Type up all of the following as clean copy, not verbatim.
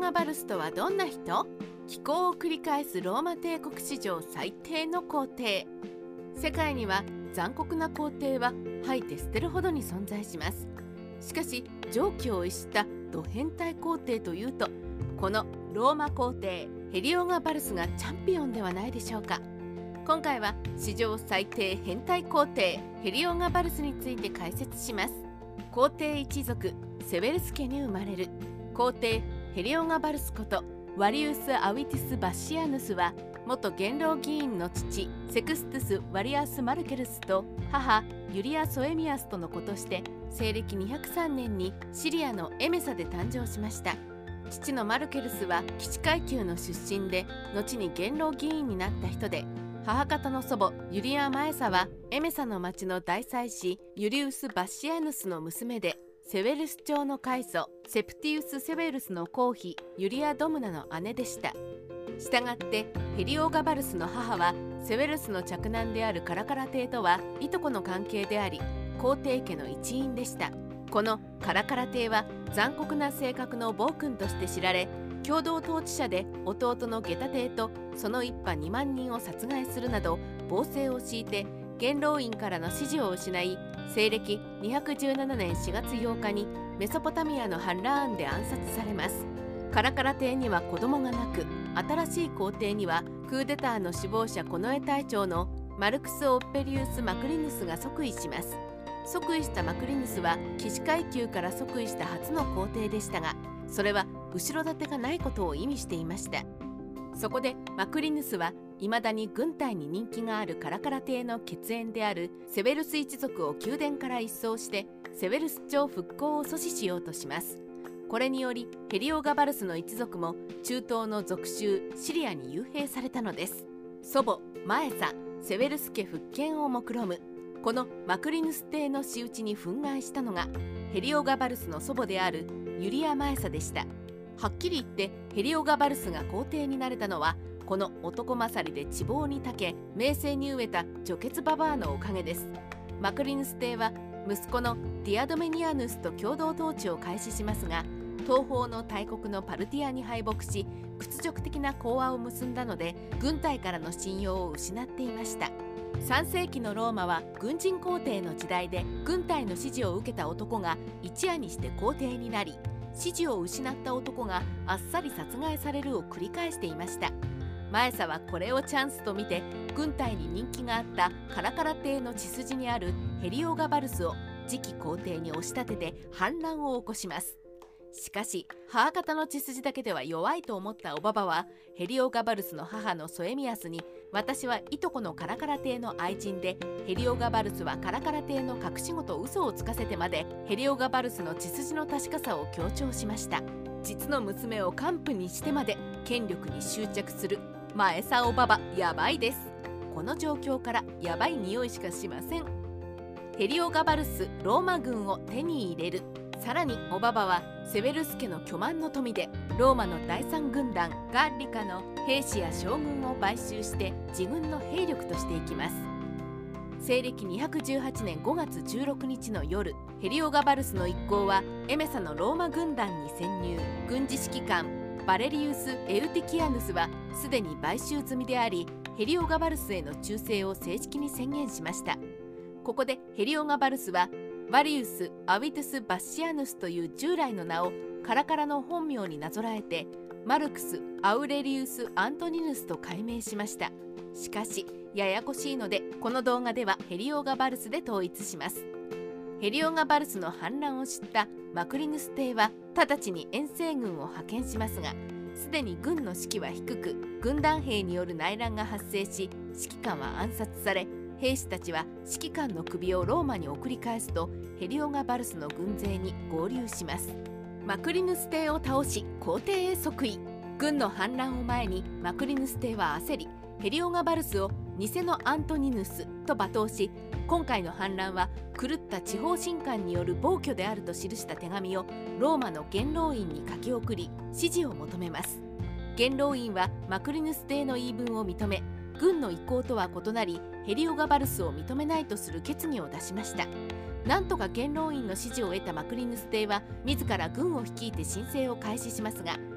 ガバルスとはどんな人？帰航を繰り返すローマ帝国史上最低の皇帝。世界には残酷な皇帝は吐いて捨てるほどに存在します。しかし常軌を逸したド変態皇帝というと、このローマ皇帝ヘリオガバルスがチャンピオンではないでしょうか。今回は史上最低変態皇帝ヘリオガバルスについて解説します。皇帝一族セベルス家に生まれる皇帝ヘリオガバルスことワリウス・アウィティス・バッシアヌスは、元元老議員の父セクストゥス・ワリアス・マルケルスと母ユリア・ソエミアスとの子として西暦203年にシリアのエメサで誕生しました。父のマルケルスは騎士階級の出身で、後に元老議員になった人で、母方の祖母ユリア・マエサはエメサの町の大祭司ユリウス・バッシアヌスの娘で、セベルス朝の開祖セプティウス・セベルスの皇妃ユリア・ドムナの姉でした。したがってヘリオガバルスの母はセベルスの嫡男であるカラカラ帝とはいとこの関係であり、皇帝家の一員でした。このカラカラ帝は残酷な性格の暴君として知られ、共同統治者で弟のゲタ帝とその一派2万人を殺害するなど暴政を敷いて、元老院からの支持を失い、西暦217年4月8日にメソポタミアのハンラーンで暗殺されます。カラカラ帝には子供がなく、新しい皇帝にはクーデターの首謀者近衛隊長のマルクス・オッペリウス・マクリヌスが即位します。即位したマクリヌスは騎士階級から即位した初の皇帝でしたが、それは後ろ盾がないことを意味していました。そこでマクリヌスは未だに軍隊に人気があるカラカラ帝の血縁であるセベルス一族を宮殿から一掃して、セベルス朝復興を阻止しようとします。これによりヘリオガバルスの一族も中東の属州シリアに幽閉されたのです。祖母マエサ、セベルス家復権を目論むこのマクリヌス帝の仕打ちに憤慨したのがヘリオガバルスの祖母であるユリア・マエサでした。はっきり言ってヘリオガバルスが皇帝になれたのは、この男勝りで地望に長け名声に飢えた女傑ババアのおかげです。マクリヌス帝は息子のディアドメニアヌスと共同統治を開始しますが、東方の大国のパルティアに敗北し、屈辱的な講和を結んだので軍隊からの信用を失っていました。3世紀のローマは軍人皇帝の時代で、軍隊の支持を受けた男が一夜にして皇帝になり、支持を失った男があっさり殺害されるを繰り返していました。マエサはこれをチャンスと見て、軍隊に人気があったカラカラ帝の血筋にあるヘリオガバルスを次期皇帝に押し立てて反乱を起こします。しかし母方の血筋だけでは弱いと思ったおばばは、ヘリオガバルスの母のソエミアスに、私はいとこのカラカラ帝の愛人で、ヘリオガバルスはカラカラ帝の隠し子と嘘をつかせてまでヘリオガバルスの血筋の確かさを強調しました。実の娘を幹部にしてまで権力に執着するマエサおばば、やばいです。この状況からやばい匂いしかしません。ヘリオガバルスローマ軍を手に入れる。さらにおばばはセベルス家の巨万の富でローマの第三軍団ガッリカの兵士や将軍を買収して自軍の兵力としていきます。西暦218年5月16日の夜、ヘリオガバルスの一行はエメサのローマ軍団に潜入。軍事指揮官バレリウス・エウティキアヌスはすでに買収済みであり、ヘリオガバルスへの忠誠を正式に宣言しました。ここでヘリオガバルスはワリウス・アウィトゥス・バッシアヌスという従来の名をカラカラの本名になぞらえて、マルクス・アウレリウス・アントニヌスと改名しました。しかしややこしいので、この動画ではヘリオガバルスで統一します。ヘリオガバルスの反乱を知ったマクリヌス帝は直ちに遠征軍を派遣しますが、すでに軍の士気は低く、軍団兵による内乱が発生し、指揮官は暗殺され、兵士たちは指揮官の首をローマに送り返すと、ヘリオガバルスの軍勢に合流します。マクリヌス帝を倒し皇帝へ即位。軍の反乱を前にマクリヌス帝は焦り、ヘリオガバルスを偽のアントニヌスと罵倒し、今回の反乱は狂った地方神官による暴挙であると記した手紙をローマの元老院に書き送り、支持を求めます。元老院はマクリヌス帝の言い分を認め、軍の意向とは異なりヘリオガバルスを認めないとする決議を出しました。なんとか元老院の支持を得たマクリヌス帝は自ら軍を率いて申請を開始しますが、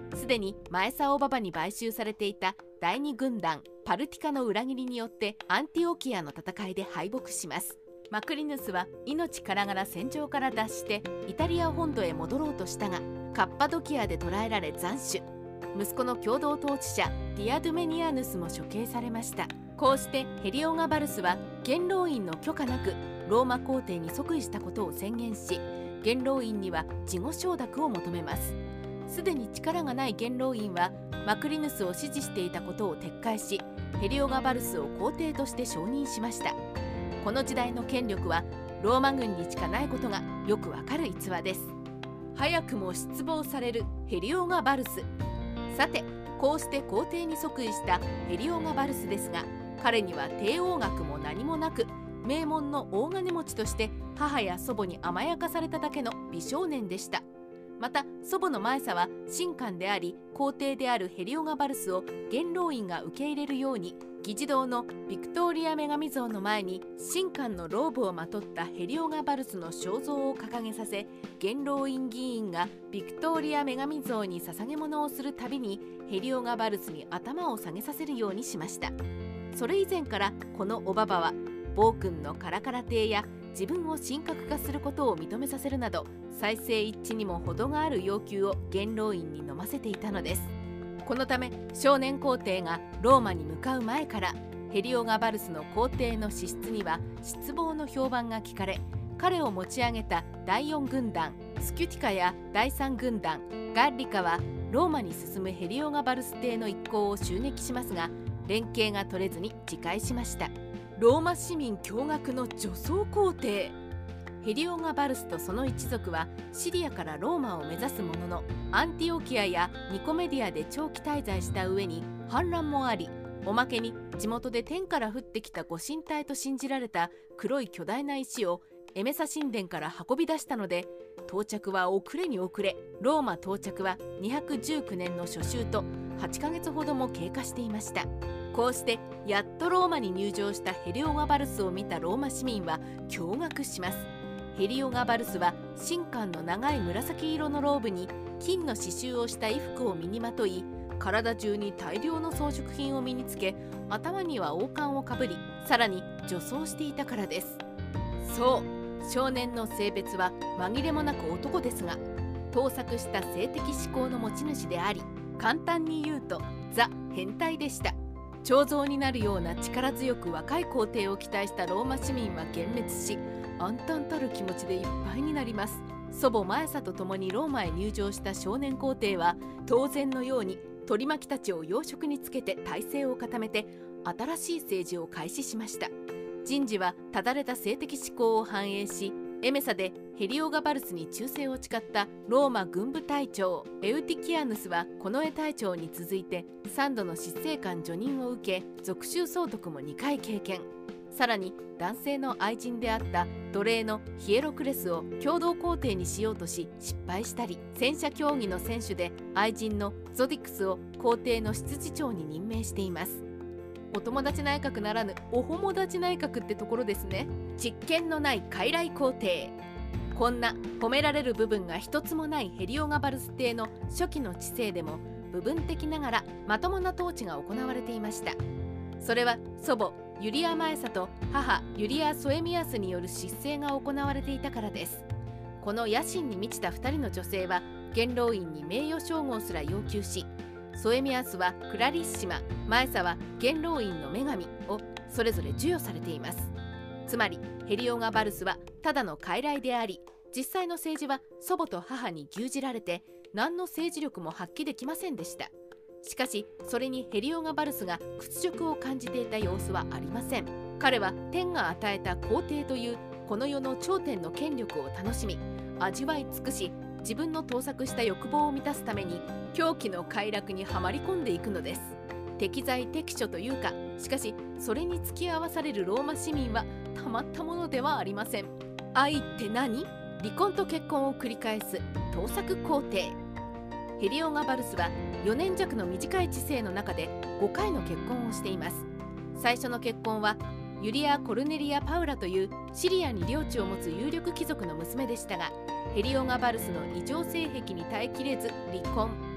すでにマエサオババに買収されていた第二軍団パルティカの裏切りによってアンティオキアの戦いで敗北します。マクリヌスは命からがら戦場から脱してイタリア本土へ戻ろうとしたが、カッパドキアで捕らえられ斬首。息子の共同統治者ディアドゥメニアヌスも処刑されました。こうしてヘリオガバルスは元老院の許可なくローマ皇帝に即位したことを宣言し、元老院には事後承諾を求めます。すでに力がない元老院はマクリヌスを支持していたことを撤回し、ヘリオガバルスを皇帝として承認しました。この時代の権力はローマ軍にしかないことがよくわかる逸話です。早くも失望されるヘリオガバルス。さて、こうして皇帝に即位したヘリオガバルスですが、彼には帝王学も何もなく、名門の大金持ちとして母や祖母に甘やかされただけの美少年でした。また祖母のマエサは神官であり皇帝であるヘリオガバルスを元老院が受け入れるように、議事堂のビクトーリア女神像の前に神官のローブをまとったヘリオガバルスの肖像を掲げさせ、元老院議員がビクトーリア女神像に捧げ物をするたびにヘリオガバルスに頭を下げさせるようにしました。それ以前からこのおばばは暴君のカラカラ帝や自分を神格化することを認めさせるなど、再生一致にも程がある要求を元老院に飲ませていたのです。このため少年皇帝がローマに向かう前からヘリオガバルスの皇帝の資質には失望の評判が聞かれ、彼を持ち上げた第4軍団スキュティカや第3軍団ガッリカはローマに進むヘリオガバルス帝の一行を襲撃しますが、連携が取れずに自壊しました。ローマ市民驚愕の女装皇帝。ヘリオガバルスとその一族はシリアからローマを目指すものの、アンティオキアやニコメディアで長期滞在した上に反乱もあり、おまけに地元で天から降ってきたご神体と信じられた黒い巨大な石をエメサ神殿から運び出したので、到着は遅れに遅れ、ローマ到着は219年の初秋と8ヶ月ほども経過していました。こうしてやっとローマに入場したヘリオガバルスを見たローマ市民は驚愕します。ヘリオガバルスは神官の長い紫色のローブに金の刺繍をした衣服を身にまとい、体中に大量の装飾品を身につけ、頭には王冠をかぶり、さらに女装していたからです。そう、少年の性別は紛れもなく男ですが、盗作した性的思考の持ち主であり、簡単に言うとザ変態でした。彫像になるような力強く若い皇帝を期待したローマ市民は幻滅し、暗淡たる気持ちでいっぱいになります。祖母マエサと共にローマへ入場した少年皇帝は当然のように取り巻きたちを要職につけて体制を固めて新しい政治を開始しました。人事はただれた性的思考を反映し、エメサでヘリオガバルスに忠誠を誓ったローマ軍部隊長エウティキアヌスは近衛隊長に続いて3度の執政官叙任を受け、属州総督も2回経験。さらに男性の愛人であった奴隷のヒエロクレスを共同皇帝にしようとし失敗したり、戦車競技の選手で愛人のゾディクスを皇帝の執事長に任命しています。お友達内閣ならぬお友達内閣ってところですね。実権のない傀儡皇帝。こんな褒められる部分が一つもないヘリオガバルス帝の初期の治世でも、部分的ながらまともな統治が行われていました。それは祖母ユリア・マエサと母ユリア・ソエミアスによる失政が行われていたからです。この野心に満ちた2人の女性は元老院に名誉称号すら要求し、ソエミアスはクラリッシマ、マエサは元老院の女神をそれぞれ授与されています。つまりヘリオガバルスはただの傀儡であり、実際の政治は祖母と母に牛耳られて何の政治力も発揮できませんでした。しかしそれにヘリオガバルスが屈辱を感じていた様子はありません。彼は天が与えた皇帝というこの世の頂点の権力を楽しみ味わい尽くし、自分の盗作した欲望を満たすために狂気の快楽にはまり込んでいくのです。適材適所というか、しかしそれに付き合わされるローマ市民はたまったものではありません。愛って何？離婚と結婚を繰り返す盗作皇帝。ヘリオガバルスは4年弱の短い治世の中で5回の結婚をしています。最初の結婚はユリア・コルネリア・パウラというシリアに領地を持つ有力貴族の娘でしたが、ヘリオガバルスの異常性癖に耐えきれず離婚。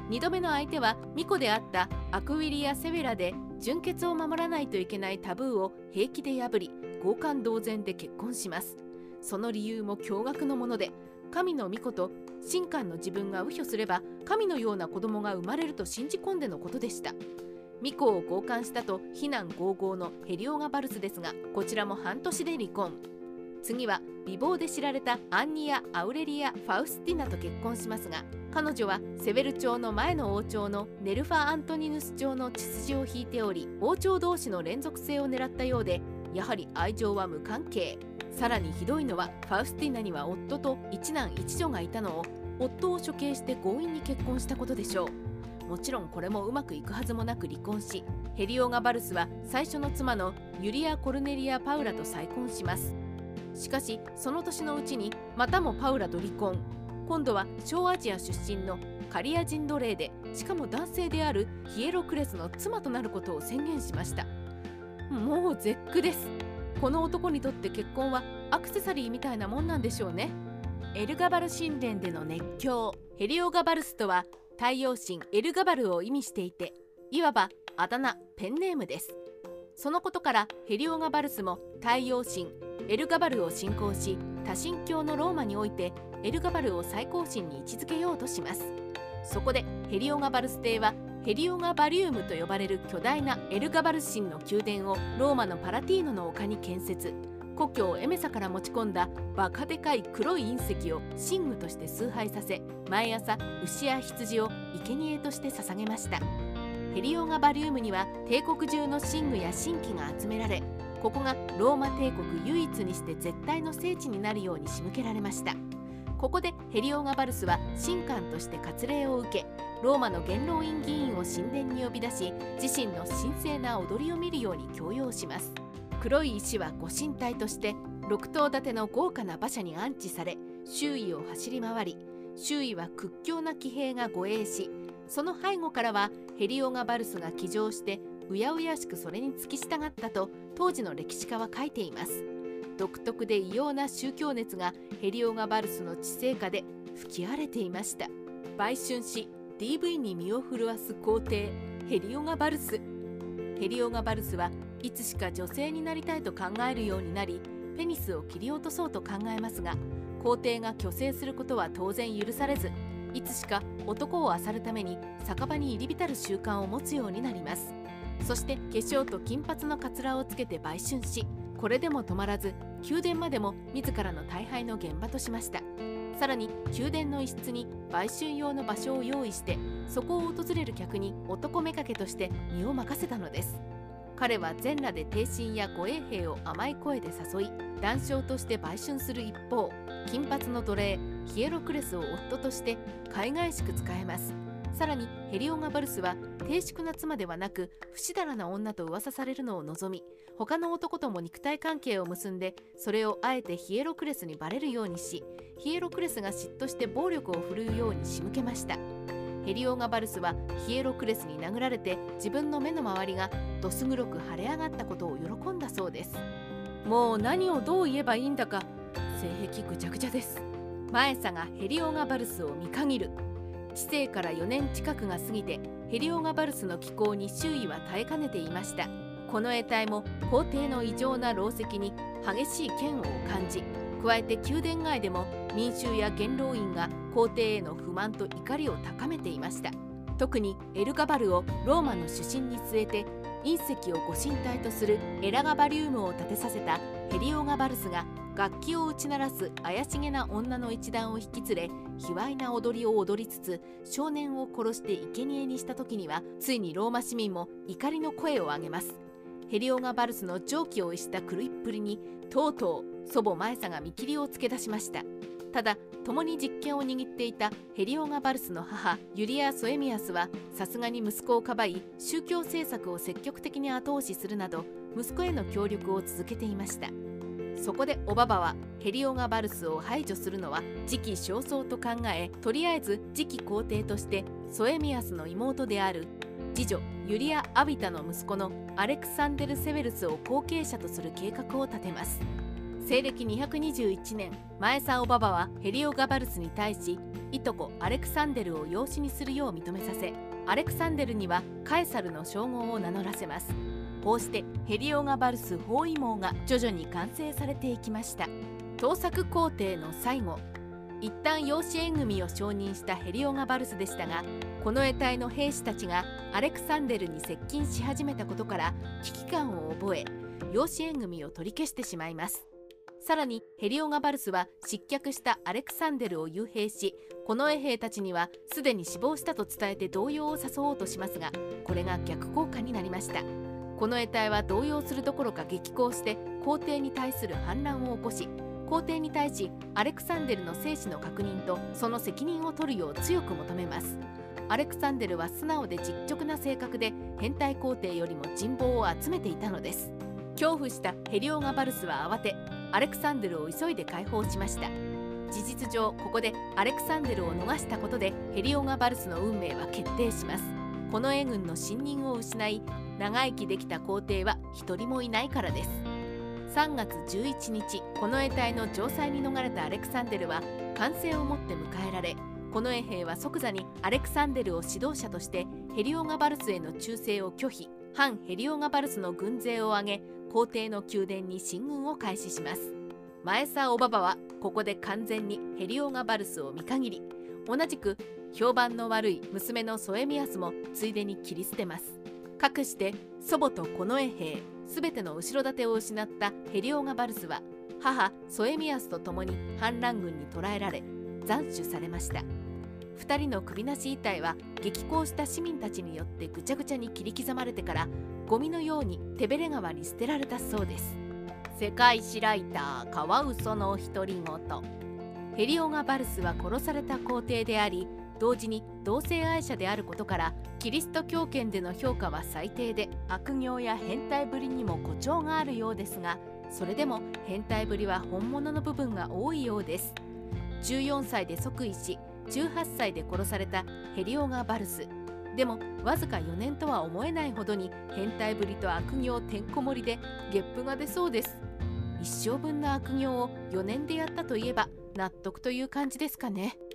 2度目の相手は巫女であったアクウィリア・セベラで、純潔を守らないといけないタブーを平気で破り、交換同然で結婚します。その理由も驚愕のもので、神の巫女と神官の自分が右表すれば神のような子供が生まれると信じ込んでのことでした。巫女を交換したと非難合々のヘリオガバルスですが、こちらも半年で離婚。次は美貌で知られたアンニア・アウレリア・ファウスティナと結婚しますが、彼女はセベル朝の前の王朝のネルファ・アントニヌス朝の血筋を引いており、王朝同士の連続性を狙ったようで、やはり愛情は無関係。さらにひどいのは、ファウスティナには夫と一男一女がいたのを夫を処刑して強引に結婚したことでしょう。もちろんこれもうまくいくはずもなく離婚し、ヘリオガバルスは最初の妻のユリア・コルネリア・パウラと再婚します。しかしその年のうちにまたもパウラと離婚。今度は小アジア出身のカリア人奴隷で、しかも男性であるヒエロクレスの妻となることを宣言しました。もう絶句です。この男にとって結婚はアクセサリーみたいなもんなんでしょうね。エルガバル神殿での熱狂。ヘリオガバルスとは太陽神エルガバルを意味していて、いわばあだ名、ペンネームです。そのことからヘリオガバルスも太陽神エルガバルを信仰し、多神教のローマにおいてエルガバルを最高神に位置づけようとします。そこでヘリオガバルス帝はヘリオガバリウムと呼ばれる巨大なエルガバル神の宮殿をローマのパラティーノの丘に建設。故郷エメサから持ち込んだバカでかい黒い隕石を神具として崇拝させ、毎朝牛や羊を生贄として捧げました。ヘリオガバリウムには帝国中の神具や神器が集められ、ここがローマ帝国唯一にして絶対の聖地になるように仕向けられました。ここでヘリオガバルスは神官として割礼を受け、ローマの元老院議員を神殿に呼び出し、自身の神聖な踊りを見るように強要します。黒い石はご神体として6頭立ての豪華な馬車に安置され、周囲を走り回り、周囲は屈強な騎兵が護衛し、その背後からはヘリオガバルスが騎乗してうやうやしくそれに付き従ったと当時の歴史家は書いています。独特で異様な宗教熱がヘリオガバルスの治世下で吹き荒れていました。売春し DV に身を震わす皇帝ヘリオガバルス。ヘリオガバルスはいつしか女性になりたいと考えるようになり、ペニスを切り落とそうと考えますが、皇帝が虚勢することは当然許されず、いつしか男を漁るために酒場に入り浸る習慣を持つようになります。そして化粧と金髪のかつらをつけて売春し、これでも止まらず宮殿までも自らの大敗の現場としました。さらに宮殿の一室に売春用の場所を用意して、そこを訪れる客に男めかけとして身を任せたのです。彼は全裸で帝臣や護衛兵を甘い声で誘い、男娼として売春する一方、金髪の奴隷ヒエロクレスを夫として海外しく使えます。さらにヘリオガバルスは低粛な妻ではなく不死だらな女と噂されるのを望み、他の男とも肉体関係を結んで、それをあえてヒエロクレスにバレるようにし、ヒエロクレスが嫉妬して暴力を振るうように仕向けました。ヘリオガバルスはヒエロクレスに殴られて、自分の目の周りがどす黒く腫れ上がったことを喜んだそうです。もう何をどう言えばいいんだか、性癖ぐちゃぐちゃです。マエサがヘリオガバルスを見限る。治世から4年近くが過ぎて、ヘリオガバルスの気候に周囲は耐えかねていました。この得体も皇帝の異常な労績に激しい嫌悪を感じ、加えて宮殿外でも民衆や元老院が皇帝への不満と怒りを高めていました。特にエルガバルをローマの主神に据えて隕石をご神体とするエラガバリウムを建てさせたヘリオガバルスが、楽器を打ち鳴らす怪しげな女の一団を引き連れ、卑猥な踊りを踊りつつ少年を殺して生贄にした時には、ついにローマ市民も怒りの声を上げます。ヘリオガバルスの常軌を逸した狂いっぷりに、とうとう祖母マエサが見切りをつけ出しました。ただ共に実権を握っていたヘリオガバルスの母ユリア・ソエミアスは、さすがに息子をかばい宗教政策を積極的に後押しするなど、息子への協力を続けていました。そこでおばばはヘリオガバルスを排除するのは時期尚早と考え、とりあえず次期皇帝としてソエミアスの妹である次女ユリア・アビタの息子のアレクサンデル・セベルスを後継者とする計画を立てます。 西暦221年、マエサ・オババはヘリオガバルスに対し、いとこアレクサンデルを養子にするよう認めさせ、アレクサンデルにはカエサルの称号を名乗らせます。こうしてヘリオガバルス包囲網が徐々に完成されていきました。盗作工程の最後、一旦養子縁組を承認したヘリオガバルスでしたが、この得体の兵士たちがアレクサンデルに接近し始めたことから危機感を覚え、養子縁組を取り消してしまいます。さらにヘリオガバルスは失脚したアレクサンデルを幽閉し、近衛兵たちにはすでに死亡したと伝えて動揺を誘おうとしますが、これが逆効果になりました。近衛隊は動揺するどころか激高して皇帝に対する反乱を起こし、皇帝に対しアレクサンデルの生死の確認とその責任を取るよう強く求めます。アレクサンデルは素直で実直な性格で、変態皇帝よりも人望を集めていたのです。恐怖したヘリオガバルスは慌て、アレクサンデルを急いで解放しました。事実上ここでアレクサンデルを逃したことでヘリオガバルスの運命は決定します。近衛軍の信任を失い、長生きできた皇帝は一人もいないからです。3月11日、近衛隊の城塞に逃れたアレクサンデルは歓声をもって迎えられ、近衛兵は即座にアレクサンデルを指導者としてヘリオガバルスへの忠誠を拒否、反ヘリオガバルスの軍勢を挙げ、皇帝の宮殿に進軍を開始します。マエサ・オババはここで完全にヘリオガバルスを見限り、同じく評判の悪い娘のソエミアスもついでに切り捨てます。かくして祖母と近衛兵すべての後ろ盾を失ったヘリオガバルスは、母ソエミアスと共に反乱軍に捕らえられ斬首されました。2人の首なし遺体は激高した市民たちによってぐちゃぐちゃに切り刻まれてから、ゴミのようにテベレ川に捨てられたそうです。世界史ライターカワウソの独り言。ヘリオガバルスは殺された皇帝であり、同時に同性愛者であることからキリスト教圏での評価は最低で、悪行や変態ぶりにも誇張があるようですが、それでも変態ぶりは本物の部分が多いようです。14歳で即位し、18歳で殺されたヘリオガバルス。でもわずか4年とは思えないほどに変態ぶりと悪行てんこ盛りで、ゲップが出そうです。一生分の悪行を4年でやったといえば納得という感じですかね。